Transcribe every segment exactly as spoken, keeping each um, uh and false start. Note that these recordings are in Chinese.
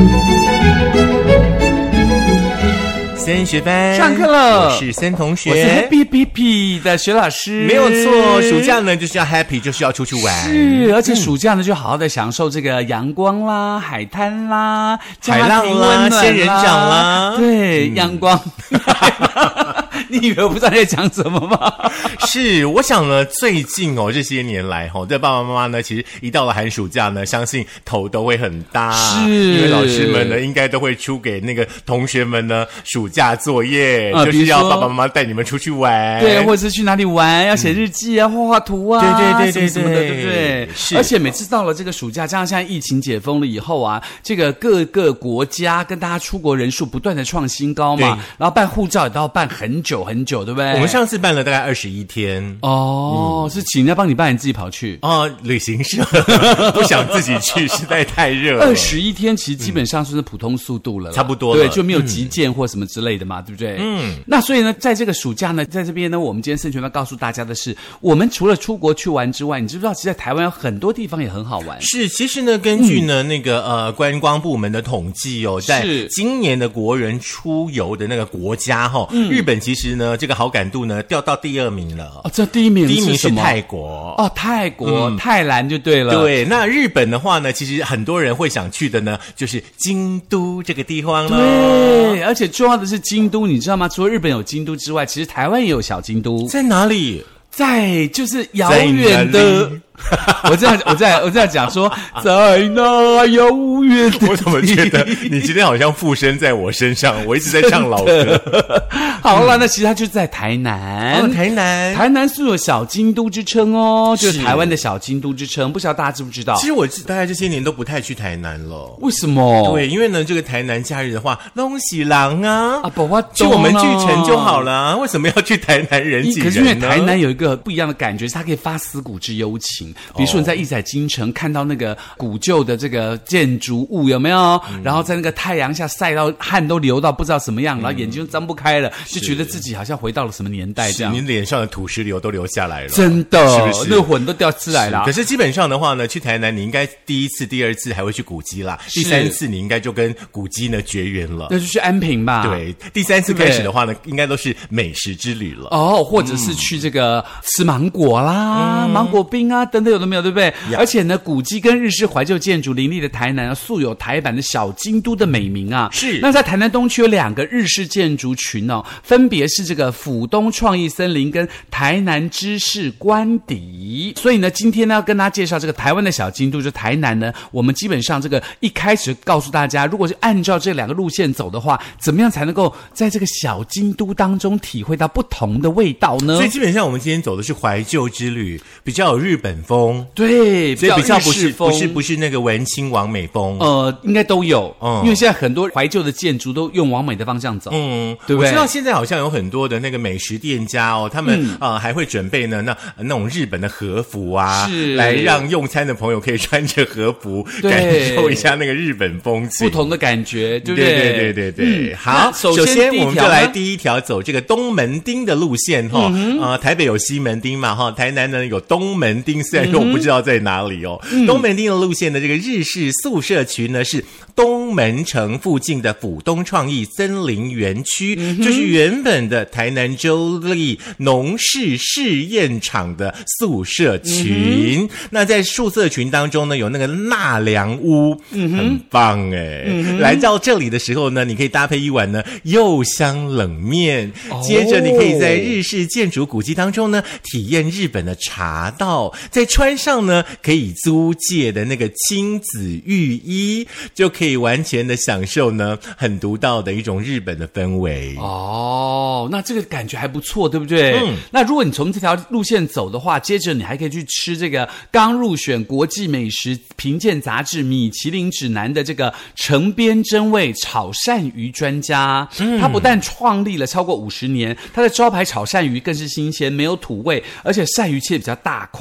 森学班上课了， 我是森同学， 我是 Happy Happy 的学老师。 没有错，暑假呢就是要 Happy， 就是要出去玩。 是，而且暑假呢、嗯、就好好的享受这个阳光啦、海滩啦、 海浪啦、仙人掌啦， 对，嗯、阳光。你以为我不知道在讲什么吗？ 是，我想呢，最近哦这些年来哈、哦，这爸爸妈妈呢，其实一到了寒暑假呢，相信头都会很大， 是， 因为老师们呢，应该都会出给那个同学们呢暑假作业， 呃、 就是要爸爸妈妈带你们出去玩， 对，或者是去哪里玩，要写日记啊、嗯、画画图啊， 对对对对什么什么的，对不对？ 是， 而且每次到了这个暑假，加上现在疫情解封了以后啊，这个各个国家跟大家出国人数不断的创新高嘛，然后办护照也都要办很久很久，对不对？ 我们上次办了大概二十一天哦、嗯，是请人家帮你办，你自己跑去哦？旅行社不想自己去，实在太热了。 二十一天其实基本上是普通速度了， 嗯、差不多了， 对，就没有急件或什么之类的嘛，嗯、对不对？嗯。那所以呢，在这个暑假呢，在这边呢，我们今天森学班告诉大家的是，我们除了出国去玩之外，你知不知道，其实在台湾有很多地方也很好玩。 是，其实呢，根据呢、嗯、那个呃观光部门的统计哦，在今年的国人出游的那个国家哈、哦嗯，日本其实呢这个好感度呢掉到第二名了。 哦，这第一名是第一名是泰国哦，泰国、嗯、泰兰就对了。 对，那日本的话呢，其实很多人会想去的呢，就是京都这个地方了。 对，而且重要的是京都，你知道吗？除了日本有京都之外，其实台湾也有小京都。 在哪里？ 在就是遥远的。我这样，我这样，我这样讲说，在那遥远的， 我怎么觉得你今天好像附身在我身上？我一直在唱老歌。 好了，那其实它就在台南， 哦、台南， 台南素有小京都之称哦，就是台湾的小京都之称。不知道大家知不知道？ 其实我大概这些年都不太去台南了。 为什么？ 对，因为呢，这个台南假日的话，东西郎啊， 啊，不， 去我们巨城就好了，为什么要去台南人挤人呢？ 可是因为台南有一个不一样的感觉，是它可以发思古之幽情。比如说你在义载京城看到那个古旧的这个建筑物有没有、嗯、然后在那个太阳下晒到汗都流到不知道什么样、嗯、然后眼睛都张不开了，就觉得自己好像回到了什么年代这样， 你脸上的土石流都流下来了， 真的是不是？ 那魂都掉出来了。 可是基本上的话呢，去台南你应该第一次第二次还会去古迹啦，第三次你应该就跟古迹呢绝缘了， 那就去安平吧。 对，第三次开始的话呢，应该都是美食之旅了哦，或者是去这个、嗯、吃芒果啦、嗯、芒果冰啊等等有的没有，对不对？而且呢，古迹跟日式怀旧建筑林立的台南，素有台版的小京都的美名啊。 是。 那在台南东区有两个日式建筑群哦，分别是这个府东创意森林跟台南知识官邸。所以呢，今天呢要跟大家介绍这个台湾的小京都，就台南呢，我们基本上这个一开始告诉大家，如果是按照这两个路线走的话，怎么样才能够在这个小京都当中体会到不同的味道呢？ 所以基本上我们今天走的是怀旧之旅，比较有日本风。 对， 所以比较不是不是不是那个文青王美风， 呃，应该都有，嗯，因为现在很多怀旧的建筑都用王美的方向走，嗯，对不对？ 我知道现在好像有很多的那个美食店家哦，他们啊、嗯呃、还会准备呢那那种日本的和服啊，是来让用餐的朋友可以穿着和服感受一下那个日本风情， 不同的感觉，对不对？ 对对对对对。嗯、好，首先, 首先我们就来第一条走这个东门町的路线哈，啊、嗯呃，台北有西门町嘛哈，台南呢有东门町，虽然说我不知道在哪里哦。嗯、东门町的路线的这个日式宿舍群呢，是东门城附近的府东创意森林园区，嗯、就是原本的台南州立农事试验场的宿舍群。嗯、那在宿舍群当中呢，有那个纳凉屋，嗯、很棒哎、嗯！来到这里的时候呢，你可以搭配一碗呢柚香冷面，哦、接着你可以在日式建筑古迹当中呢，体验日本的茶道，再穿上呢可以租借的那个亲子浴衣，就可以完全的享受呢很独到的一种日本的氛围。 哦，那这个感觉还不错，对不对？嗯。那如果你从这条路线走的话，接着你还可以去吃这个刚入选国际美食评鉴杂志米其林指南的这个城边真味炒鳝鱼专家。嗯。他不但创立了超过五十年，他的招牌炒鳝鱼更是新鲜，没有土味，而且鳝鱼切比较大块，咬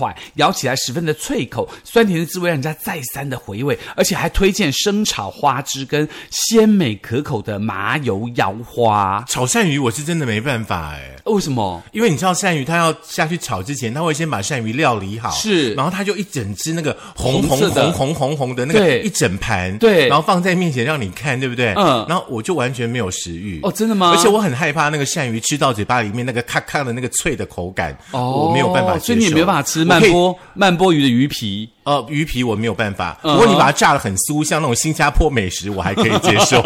咬起来十分的脆口，酸甜的滋味让人家再三的回味，而且还推荐生炒花枝跟鲜美可口的麻油腰花。 炒鳝鱼我是真的没办法哎， 为什么？ 因为你知道鳝鱼它要下去炒之前，它会先把鳝鱼料理好， 是， 然后它就一整只那个红红红红红红的那个一整盘， 对， 然后放在面前让你看，对不对？ 嗯， 然后我就完全没有食欲。 哦，真的吗？ 而且我很害怕那个鳝鱼吃到嘴巴里面那个咔咔的那个脆的口感，哦，我没有办法接受。 所以你也没有办法吃慢波慢波鱼的鱼皮。 呃，鱼皮我没有办法，不过你把它炸得很酥，像那种新加坡美食，我还可以接受。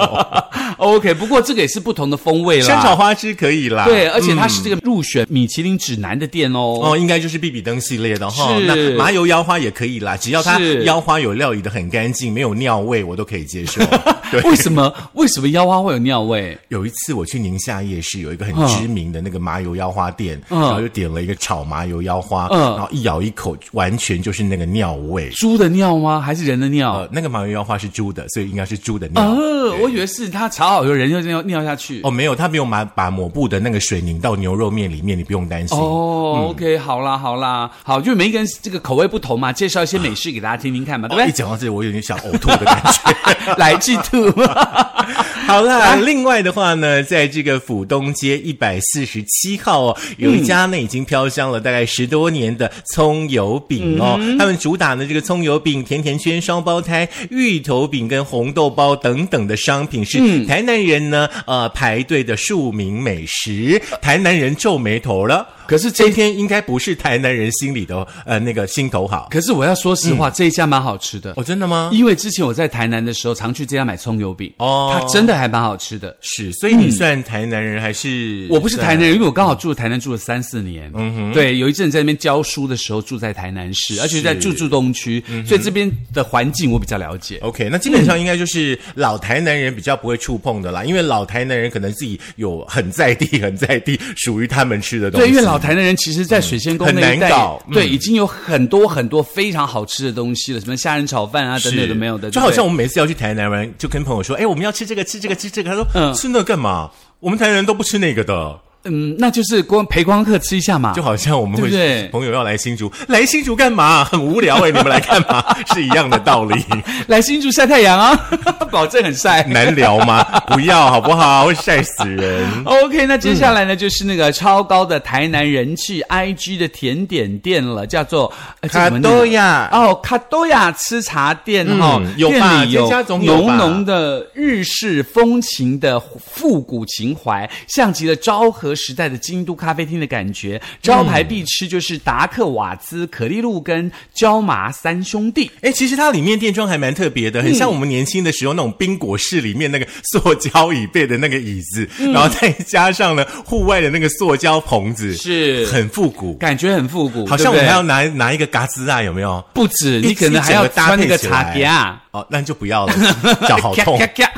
OK， 不过这个也是不同的风味啦。 生炒花枝可以啦， 对，而且它是这个入选米其林指南的店哦。 哦，应该就是必比登系列的哈。那麻油腰花也可以啦，只要它腰花有料理得很干净，没有尿味，我都可以接受。对， 为什么？为什么腰花会有尿味？ 有一次我去宁夏夜市，有一个很知名的那个麻油腰花店，嗯、然后就点了一个炒麻油腰花，嗯、然后一咬一口，完全就是那个尿味。 猪的尿吗？还是人的尿？ 呃，那个麻油腰花是猪的，所以应该是猪的尿。 呃，我以为是它炒好以后人就尿尿下去。 哦，没有，它没有把把抹布的那个水拧到牛肉面里面，你不用担心。 哦、嗯、，OK， 好啦好啦，好，就每一个人这个口味不同嘛，介绍一些美食给大家听听看嘛，对不对？ 哦、一讲到这里，我有点想呕吐的感觉， 来去吐。 好啦，另外的话呢，在这个府东街一百四十七号哦，有一家呢、嗯、已经飘香了大概十多年的葱油饼哦，嗯、他们主打的这个葱油饼、甜甜圈、双胞胎、芋头饼跟红豆包等等的商品，是台南人呢、嗯、呃排队的庶民美食，台南人皱眉头了。可是这一天应该不是台南人心里的呃那个心头好。 可是我要说实话，嗯、这一家蛮好吃的。 哦，真的吗？ 因为之前我在台南的时候，常去这家买葱油饼。哦，它真的还蛮好吃的。 是，所以你算台南人还是？ 我不是台南人，因为我刚好住台南住了三四年。嗯哼，对，有一阵在那边教书的时候住在台南市，而且在住住东区，嗯、所以这边的环境我比较了解。 OK， 那基本上应该就是老台南人比较不会触碰的啦，因为老台南人可能自己有很在地、很在地属于他们吃的东西。 对，因为老台南人其实在水仙宫那一带、嗯、很难搞、嗯、对，已经有很多很多非常好吃的东西了，什么虾仁炒饭啊等等都没有的。 就好像我们每次要去台南玩，就跟朋友说，哎，我们要吃这个吃这个吃这个，他说、嗯、吃那干嘛？我们台南人都不吃那个的。 嗯，那就是光陪观光客吃一下嘛， 就好像我们会对对朋友要来新竹，来新竹干嘛？很无聊哎、欸，你们来干嘛？是一样的道理。 来新竹晒太阳啊，保证很晒。 难聊吗？不要好不好？会晒死人。 OK， 那接下来呢，嗯、就是那个超高的台南人气 I G 的甜点店了，叫做卡多亚哦，卡多亚吃茶店哈、嗯， 有吧？ 店里有这家总有吧浓浓的日式风情的复古情怀，像极了昭和时代的京都咖啡厅的感觉，招牌必吃就是达克瓦兹、可丽露跟椒麻三兄弟。 哎，其实它里面店装还蛮特别的，很像我们年轻的时候那种冰果室里面那个塑胶椅背的那个椅子，嗯、然后再加上呢户外的那个塑胶棚子， 是很复古， 感觉很复古。 好像我们还要拿拿一个嘎吱啊，有没有？ 不止，你可能还要穿那个茶夹。 哦，那就不要了，脚好痛。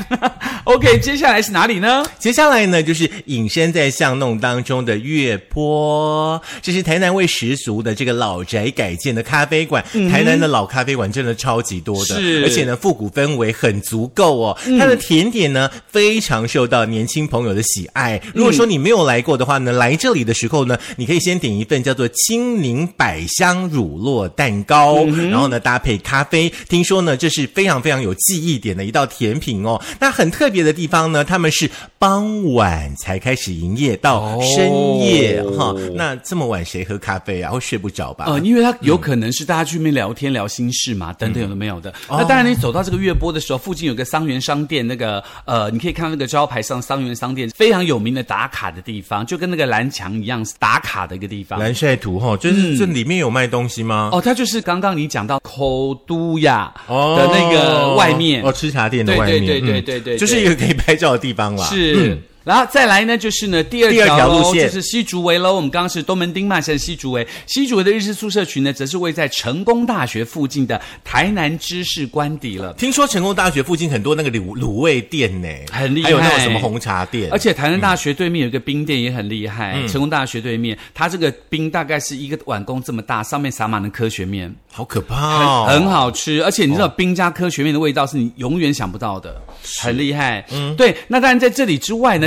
OK， 接下来是哪里呢？ 接下来呢，就是隐身在巷弄当中的月坡，这是台南味十足的这个老宅改建的咖啡馆。嗯、台南的老咖啡馆真的超级多的， 是， 而且呢，复古氛围很足够哦。嗯、它的甜点呢，非常受到年轻朋友的喜爱。如果说你没有来过的话呢，嗯、来这里的时候呢，你可以先点一份叫做青柠百香乳酪蛋糕，嗯、然后呢搭配咖啡。听说呢，这是非常非常有记忆点的一道甜品哦。那很特别的地方呢，他们是傍晚才开始营业到深夜哈、哦。那这么晚谁喝咖啡啊？会睡不着吧？ 呃，因为它有可能是大家去那边聊天、嗯、聊心事嘛，等等有的没有的。嗯、那当然，你走到这个月波的时候，附近有个桑园商店，那个呃，你可以看到那个招牌上桑园商店非常有名的打卡的地方，就跟那个蓝墙一样打卡的一个地方。 蓝晒图哈，就是、嗯、这里面有卖东西吗？ 哦，它就是刚刚你讲到口都亚的那个外面哦，吃茶店的外面， 对对对对对 对, 对、嗯， 就是一个可以拍照的地方啦。 是。嗯，然后再来呢，就是呢第二条, 第二条路线， 就是西竹围喽。我们刚刚是东门町嘛，现在西竹围。西竹围的日式宿舍群呢，则是位在成功大学附近的台南知识官邸了。 听说成功大学附近很多那个卤卤味店呢， 很厉害， 还有那种什么红茶店。 而且台南大学对面有一个冰店也很厉害，嗯、成功大学对面，它这个冰大概是一个碗公这么大，上面撒满了科学面， 好可怕哦， 很, 很好吃。而且你知道冰加科学面的味道是你永远想不到的，很厉害。嗯，对。那当然在这里之外呢，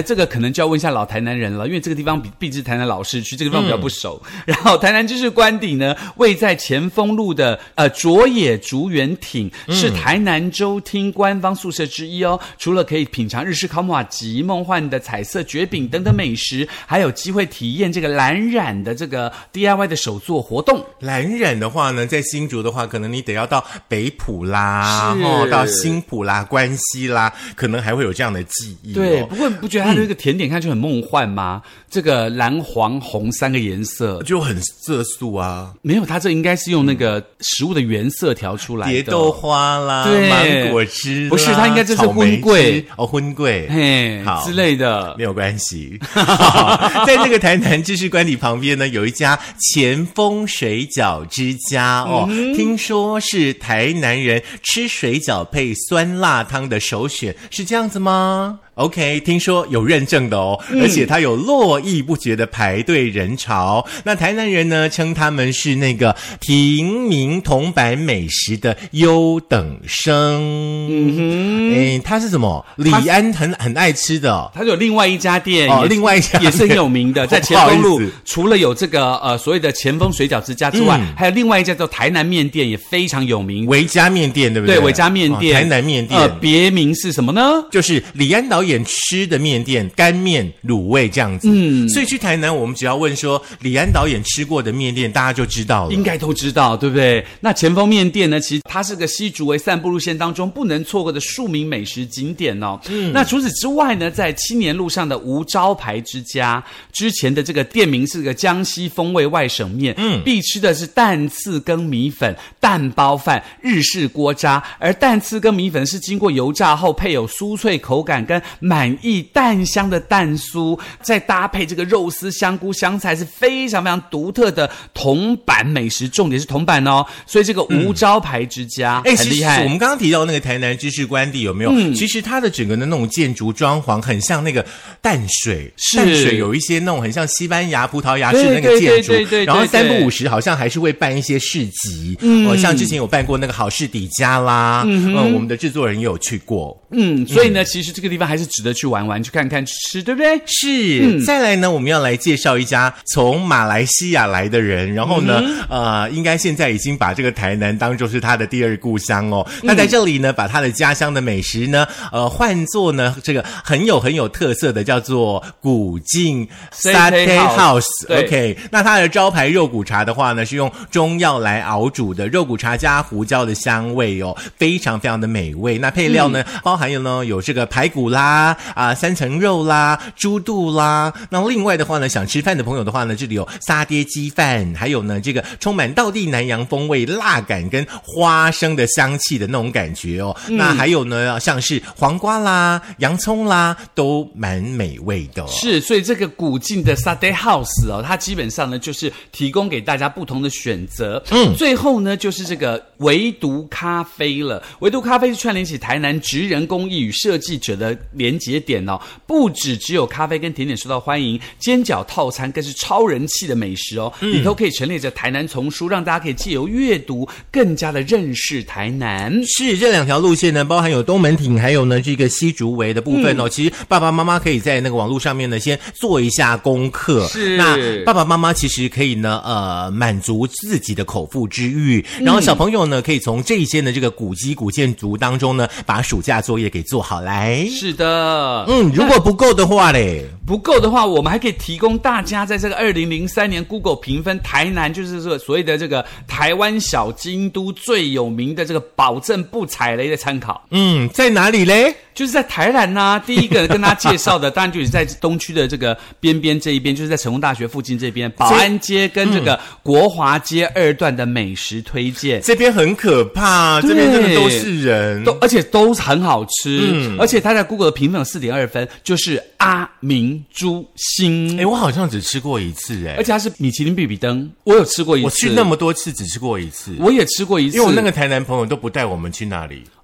这个可能就要问一下老台南人了，因为这个地方毕竟是台南老市区，这个地方比较不熟。嗯、然后台南知识官邸呢，位在前锋路的呃卓野竹园町，是台南州厅官方宿舍之一哦。除了可以品尝日式烤麻糬、梦幻的彩色卷饼等等美食，还有机会体验这个蓝染的这个 D I Y 的手作活动。 蓝染的话呢，在新竹的话，可能你得要到北埔啦，哦，到新埔啦、关西啦，可能还会有这样的记忆、哦。 对，不过不觉得它的这个甜点看就很梦幻吗？嗯、这个蓝、黄、红三个颜色就很色素啊。 没有，它这应该是用那个食物的原色调出来的， 蝶豆花啦， 对， 芒果汁， 不是，它应该这是荤桂哦，荤桂嘿好之类的， 没有关系。在这个台南知识官邸旁边呢，有一家前锋水饺之家哦、嗯，听说是台南人吃水饺配酸辣汤的首选，是这样子吗？OK， 听说有认证的哦，而且它有络绎不绝的排队人潮。嗯、那台南人呢，称他们是那个平民铜板美食的优等生。嗯哼，诶，他是什么？李安很很爱吃的、哦。 他有另外一家店哦，另外一家也是很有名的，在前锋路，除了有这个呃所谓的前锋水饺之家之外，嗯、还有另外一家叫台南面店，也非常有名。 维家面店对不对？ 对，维家面店， 哦、台南面店。 呃，别名是什么呢？ 就是李安导演演吃的面店，干面、卤味这样子。嗯，所以去台南，我们只要问说李安导演吃过的面店，大家就知道了， 应该都知道，对不对？那前锋面店呢，其实它是个西竹围散步路线当中不能错过的庶民美食景点哦。嗯，那除此之外呢，在青年路上的无招牌之家，之前的这个店名是个江西风味外省面，嗯，必吃的是蛋刺羹米粉、蛋包饭、日式锅渣，而蛋刺羹米粉是经过油炸后配有酥脆口感跟满意蛋香的蛋酥，再搭配这个肉丝、香菇、香菜，是非常非常独特的铜板美食，重点是铜板哦。所以这个无招牌之家、嗯、很厉害。 我们刚刚提到那个台南知识官邸有没有、嗯、其实它的整个的那种建筑装潢很像那个淡水，淡水有一些那种很像西班牙、葡萄牙式的那个建筑，然后三不五时好像还是会办一些市集、嗯呃、像之前有办过那个好事底家啦，嗯、呃、我们的制作人也有去过。 嗯，所以呢、嗯、其实这个地方还是值得去玩玩，去看看，去吃，对不对？ 是、嗯、再来呢，我们要来介绍一家从马来西亚来的人，然后呢、嗯、呃，应该现在已经把这个台南当作是他的第二故乡哦。那、嗯、在这里呢，把他的家乡的美食呢呃，换作呢这个很有很有特色的叫做古晋 Satay House。 OK， 那它的招牌肉骨茶的话呢，是用中药来熬煮的，肉骨茶加胡椒的香味哦，非常非常的美味。那配料呢、嗯、包含有呢有这个排骨啦啊、呃、三层肉啦、猪肚啦。那另外的话呢，想吃饭的朋友的话呢，这里有沙爹鸡饭，还有呢这个充满道地南洋风味、辣感跟花生的香气的那种感觉哦。嗯、那还有呢像是黄瓜啦、洋葱啦，都蛮美味的、哦。 是，所以这个古晋的 Satay House 哦，它基本上呢就是提供给大家不同的选择。嗯，最后呢就是这个唯独咖啡了。唯独咖啡是串联起台南职人工艺与设计者的连结点哦，不只只有咖啡跟甜点受到欢迎，煎饺套餐更是超人气的美食哦。嗯、里头可以陈列着台南丛书，让大家可以借由阅读更加的认识台南。 是，这两条路线呢，包含有东门町，还有呢这个西竹围的部分哦。嗯、其实爸爸妈妈可以在那个网络上面呢，先做一下功课。 是， 那爸爸妈妈其实可以呢，呃，满足自己的口腹之欲，然后小朋友呢，可以从这些的这个古迹古建筑当中呢，把暑假作业给做好来。 是的， 嗯，如果不够的话嘞， 不够的话，我们还可以提供大家在这个二零零三年 Google 评分台南，就是这个所谓的这个台湾小京都最有名的这个保证不踩雷的参考。 嗯，在哪里嘞？ 就是在台南呐、啊。第一个跟大家介绍的，当然就是在东区的这个边边这一边，就是在成功大学附近这边，保安街跟这个国华街二段的美食推荐。 这边很可怕，这边真的都是人， 都而且都很好吃。嗯，而且它在 Google 的评分有 四点二 分，就是阿明猪心。 哎，我好像只吃过一次哎， 而且它是米其林必比登，我有吃过一次。 我去那么多次，只吃过一次。 我也吃过一次， 因为我那个台南朋友都不带我们去那里。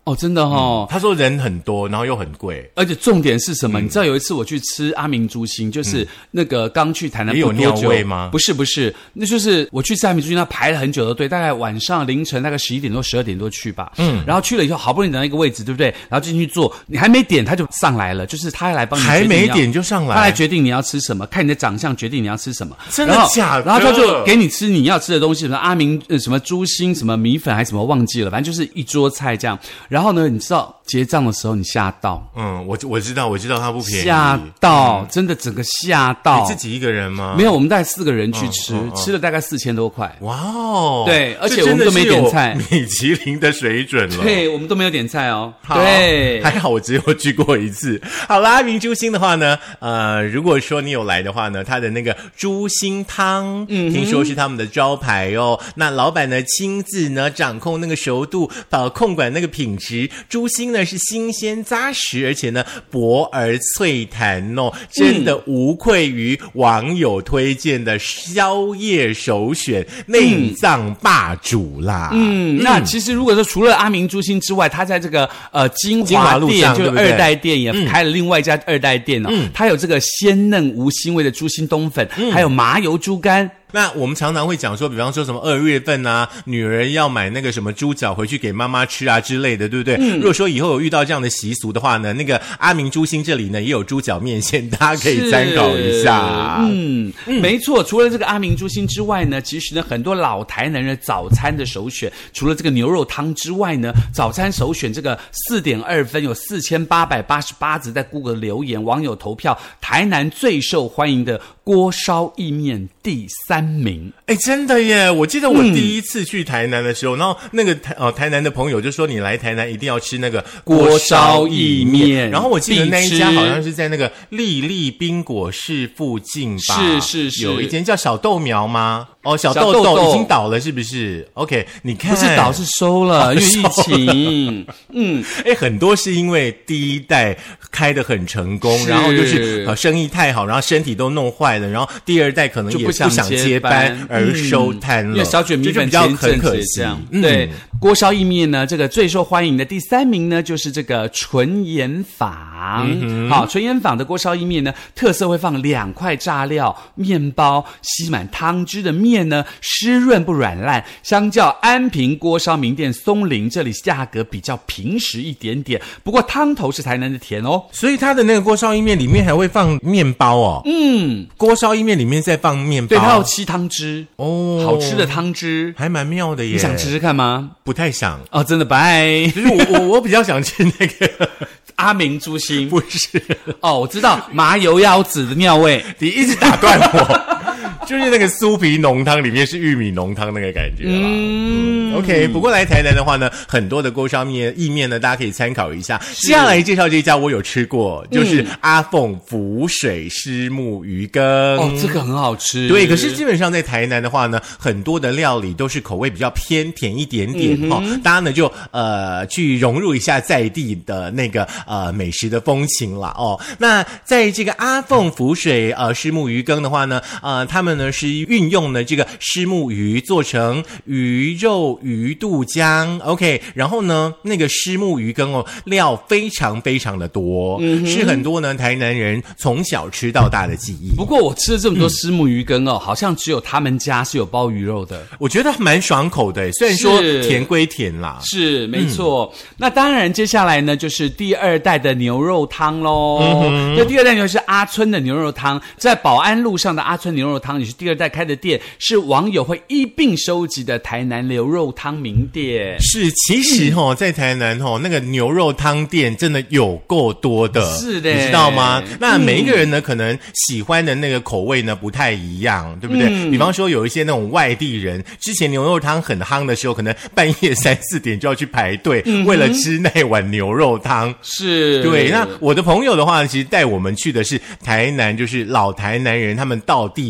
哦，真的哦、 嗯，他说人很多，然后又很贵， 而且重点是什么？ 嗯、 你知道有一次我去吃阿明猪心，就是那个刚去台南不多久，也有尿味吗？ 不是不是，那就是我去吃阿明猪心，他排了很久的队，大概晚上凌晨大概十一点多、十二点多去吧。嗯，然后去了以后，好不容易等到一个位置，对不对？然后进去坐，你还没点，他就上来了，就是他来帮你决定还没点就上来， 他来决定你要吃什么，看你的长相决定你要吃什么。 真的假的？ 然后他就给你吃你要吃的东西，什么阿明、呃、什么猪心、什么米粉还是什么忘记了，反正就是一桌菜这样。然后呢，你知道？结账的时候你吓到， 嗯，我我知道，我知道它不便宜， 吓到，嗯、真的整个吓到。 你自己一个人吗？ 没有，我们大概四个人去吃，嗯嗯嗯、吃了大概四千多块。 哇哦， 对，而且我们都没点菜， 米其林的水准了。 对，我们都没有点菜哦。对， 还好我只有去过一次。好啦，阿明猪心的话呢，呃，如果说你有来的话呢，它的那个猪心汤，嗯，听说是他们的招牌哦。那老板呢亲自呢掌控那个熟度，把控管那个品质，猪心呢是新鲜扎实，而且呢薄而脆弹哦，真的无愧于网友推荐的宵夜首选，内脏霸主啦。 嗯，嗯那其实如果说除了阿明猪心之外，他在这个呃金华店就是二代店也开了另外一家二代店哦，嗯、它有这个鲜嫩无腥味的猪心冬粉，嗯、还有麻油猪肝。 那我们常常会讲说，比方说什么二月份啊，女儿要买那个什么猪脚回去给妈妈吃啊之类的，对不对？嗯、如果说以后有遇到这样的习俗的话呢，那个阿明猪心这里呢也有猪脚面线，大家可以参考一下。 嗯，嗯没错。除了这个阿明猪心之外呢，其实呢很多老台南人早餐的首选，除了这个牛肉汤之外呢，早餐首选这个四点二分，有四千八百八十八则在 Google 留言，网友投票，台南最受欢迎的锅烧意面第三名。 哎，真的耶！我记得我第一次去台南的时候，嗯、然后那个台呃台南的朋友就说，你来台南一定要吃那个锅烧意面。 然后我记得那一家好像是在那个丽丽冰果室附近吧？ 是是是， 有一间叫小豆苗吗？哦，小豆豆, 小豆豆已经倒了，是不是 ？OK， 你看， 不是倒是收了，哦、因为疫情。嗯， 哎，很多是因为第一代开得很成功，然后就是呃生意太好，然后身体都弄坏了，然后第二代可能也不想接班而收摊了。 因为小卷米粉比较很可惜。 这样，嗯、对，锅烧意面呢，这个最受欢迎的第三名呢，就是这个纯盐坊。嗯、好，纯盐坊的锅烧意面呢，特色会放两块炸料、面包，吸满汤汁的面。面呢湿润不软烂，相较安平锅烧名店松林，这里价格比较平实一点点，不过汤头是台南的甜哦。 所以它的那个锅烧意面里面还会放面包哦。 嗯， 锅烧意面里面再放面包， 对，它有沏汤汁哦， 好吃的汤汁， 还蛮妙的耶。 你想吃吃看吗？ 不太想哦，真的拜。 就是我我我比较想吃那个阿明猪心， 不是哦，我知道麻油腰子的妙味， 你一直打断我。就是那个酥皮浓汤里面是玉米浓汤那个感觉啦。嗯, 嗯 OK， 不过来台南的话呢，很多的锅烧面意面呢，大家可以参考一下。接下来介绍这一家我有吃过，就是阿凤浮水虱目鱼羹。 哦，这个很好吃。 对，可是基本上在台南的话呢，很多的料理都是口味比较偏甜一点点哈、嗯哦，大家呢就呃去融入一下在地的那个呃美食的风情啦哦。那在这个阿凤浮水呃虱目鱼羹的话呢，呃他们呢是运用了这个虱目鱼做成鱼肉鱼肚浆 ，OK， 然后呢那个虱目鱼羹哦料非常非常的多，嗯、是很多呢台南人从小吃到大的记忆。 不过我吃了这么多虱目鱼羹哦、嗯，好像只有他们家是有包鱼肉的， 我觉得蛮爽口的，虽然说甜归甜啦， 是没错、嗯。那当然接下来呢就是第二代的牛肉汤咯。嗯、这第二代牛是阿春的牛肉汤，在保安路上的阿春牛肉汤也是第二代开的店，是网友会一并收集的台南牛肉汤名店。 是，其实哦，在台南哦，那个牛肉汤店真的有够多的， 是的， 你知道吗？那每一个人呢，嗯、可能喜欢的那个口味呢不太一样，对不对？嗯、比方说有一些那种外地人，之前牛肉汤很夯的时候，可能半夜三四点就要去排队，嗯、为了吃那碗牛肉汤。 是， 对。那我的朋友的话，其实带我们去的是台南，就是老台南人他们道地会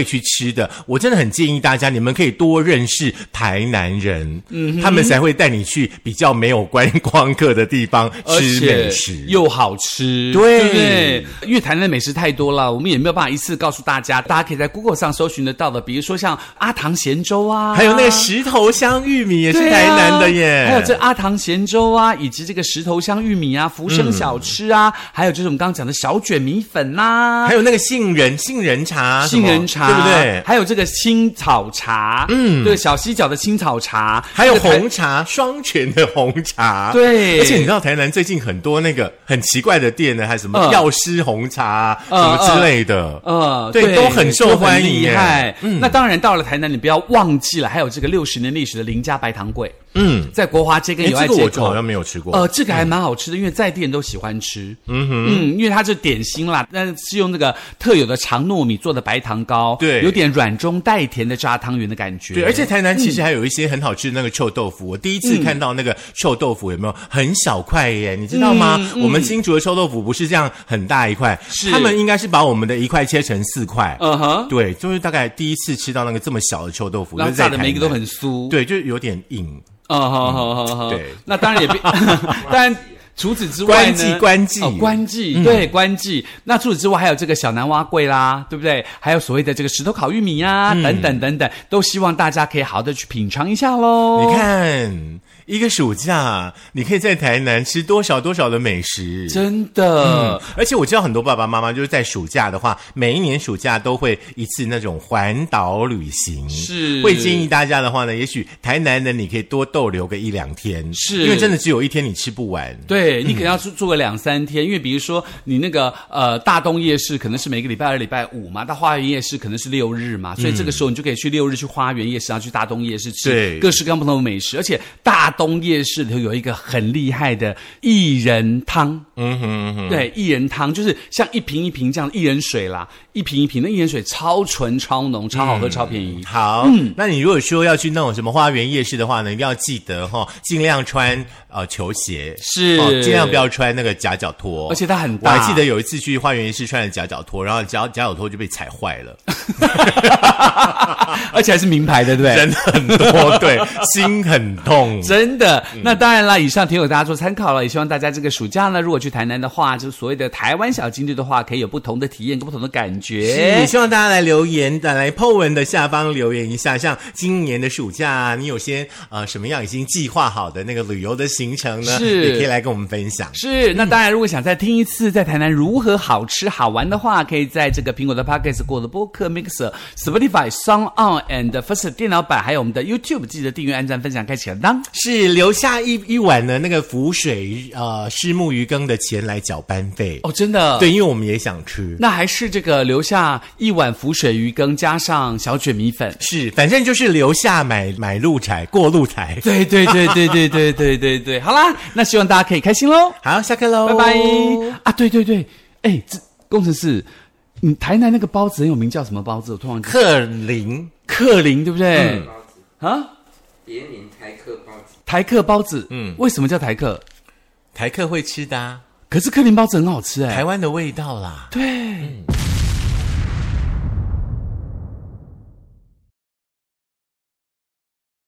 去吃的，我真的很建议大家，你们可以多认识台南人，嗯，他们才会带你去比较没有观光客的地方吃美食， 又好吃， 对， 对不对？因为台南的美食太多了，我们也没有办法一次告诉大家，大家可以在 Google 上搜寻得到的，比如说像阿唐咸粥啊， 还有那个石头香玉米也是台南的耶， 啊、还有这阿唐咸粥啊，以及这个石头香玉米啊，福生小吃啊，嗯、还有就是我们刚刚讲的小卷米粉啦、啊， 还有那个杏仁杏仁茶， 杏仁茶， 对不对？ 还有这个青草茶，嗯，对，小西角的青草茶， 还有红茶，双泉的红茶， 对。 而且你知道台南最近很多那个很奇怪的店呢，还有什么药师红茶、呃、什么之类的，呃，对，对都很受欢迎， 厉害。嗯，那当然到了台南，你不要忘记了，还有这个六十年历史的林家白糖粿。嗯，在国华街跟友爱街口， 这个我好像没有吃过。 呃，这个还蛮好吃的，因为在地人都喜欢吃。嗯哼，嗯，因为它是点心啦，但是用那个特有的长糯米做的白糖糕， 对， 有点软中带甜的炸汤圆的感觉。 对，而且台南其实还有一些很好吃的那个臭豆腐。嗯、我第一次看到那个臭豆腐有没有很小块耶？你知道吗？嗯嗯、我们新竹的臭豆腐不是这样很大一块，是他们应该是把我们的一块切成四块。嗯哼，对，就是大概第一次吃到那个这么小的臭豆腐， 然后炸的每一个都很酥， 对，就有点硬。 哦，好好好好， 对， 那当然也，当然除此之外呢，关记哦，关记，嗯、对，关记。那除此之外还有这个小南蛙粿啦，对不对？还有所谓的这个石头烤玉米啊，嗯、等等等等，都希望大家可以好好的去品尝一下喽。 你看。一个暑假，你可以在台南吃多少多少的美食， 真的、 嗯。而且我知道很多爸爸妈妈就是在暑假的话，每一年暑假都会一次那种环岛旅行， 是会建议大家的话呢，也许台南呢你可以多逗留个一两天， 是因为真的只有一天你吃不完。 对，你可能要做个两三天，因为比如说你那个呃大东夜市可能是每个礼拜二、礼拜五嘛，到花园夜市可能是六日嘛，所以这个时候你就可以去六日去花园夜市，然后去大东夜市吃各式各样不同的美食，而且大东夜市里头有一个很厉害的薏仁汤，嗯哼嗯哼，对，薏仁汤就是像一瓶一瓶这样薏仁水啦，一瓶一瓶的薏仁水超纯超浓超好喝、嗯、超便宜。 好，嗯，那你如果说要去那种什么花园夜市的话呢，一定要记得哈、哦，尽量穿呃球鞋， 是、 哦，尽量不要穿那个夹脚拖， 而且它很大。 我还记得有一次去花园夜市穿了夹脚拖，然后夹夹脚拖就被踩坏了， 而且还是名牌的，对不对？ 人很多，对，心很痛， 真的。嗯、那当然啦，以上提供大家做参考了，也希望大家这个暑假呢，如果去台南的话，就是所谓的台湾小金队的话，可以有不同的体验跟不同的感觉。 也希望大家来留言，来 po 文的下方留言一下，像今年的暑假，你有些呃什么样已经计划好的那个旅游的行程呢？ 是， 也可以来跟我们分享。 是，那当然，如果想再听一次在台南如何好吃好玩的话，可以在这个苹果的 Podcast、过的播客 Mixer、Spotify、Sound On and First 电脑版，还有我们的 YouTube， 记得订阅、按赞、分享、开启铃铛。 是，留下一一碗呢那个浮水呃虱目鱼羹的钱来缴班费哦，真的。 对，因为我们也想吃。 那还是这个留下一碗浮水鱼羹加上小卷米粉。 是，反正就是留下买买路财过路财。 对对对对对对对对对。好啦，那希望大家可以开心喽。 好，下课喽， 拜拜。啊，对对对，哎，这工程师，你台南那个包子很有名，叫什么包子？我突然克林， 克林对不对？ 包子啊， 别名台客包子。 台客包子，嗯，为什么叫台客？ 台客会吃的啊。 可是克林包子很好吃哎、欸， 台湾的味道啦。 对。嗯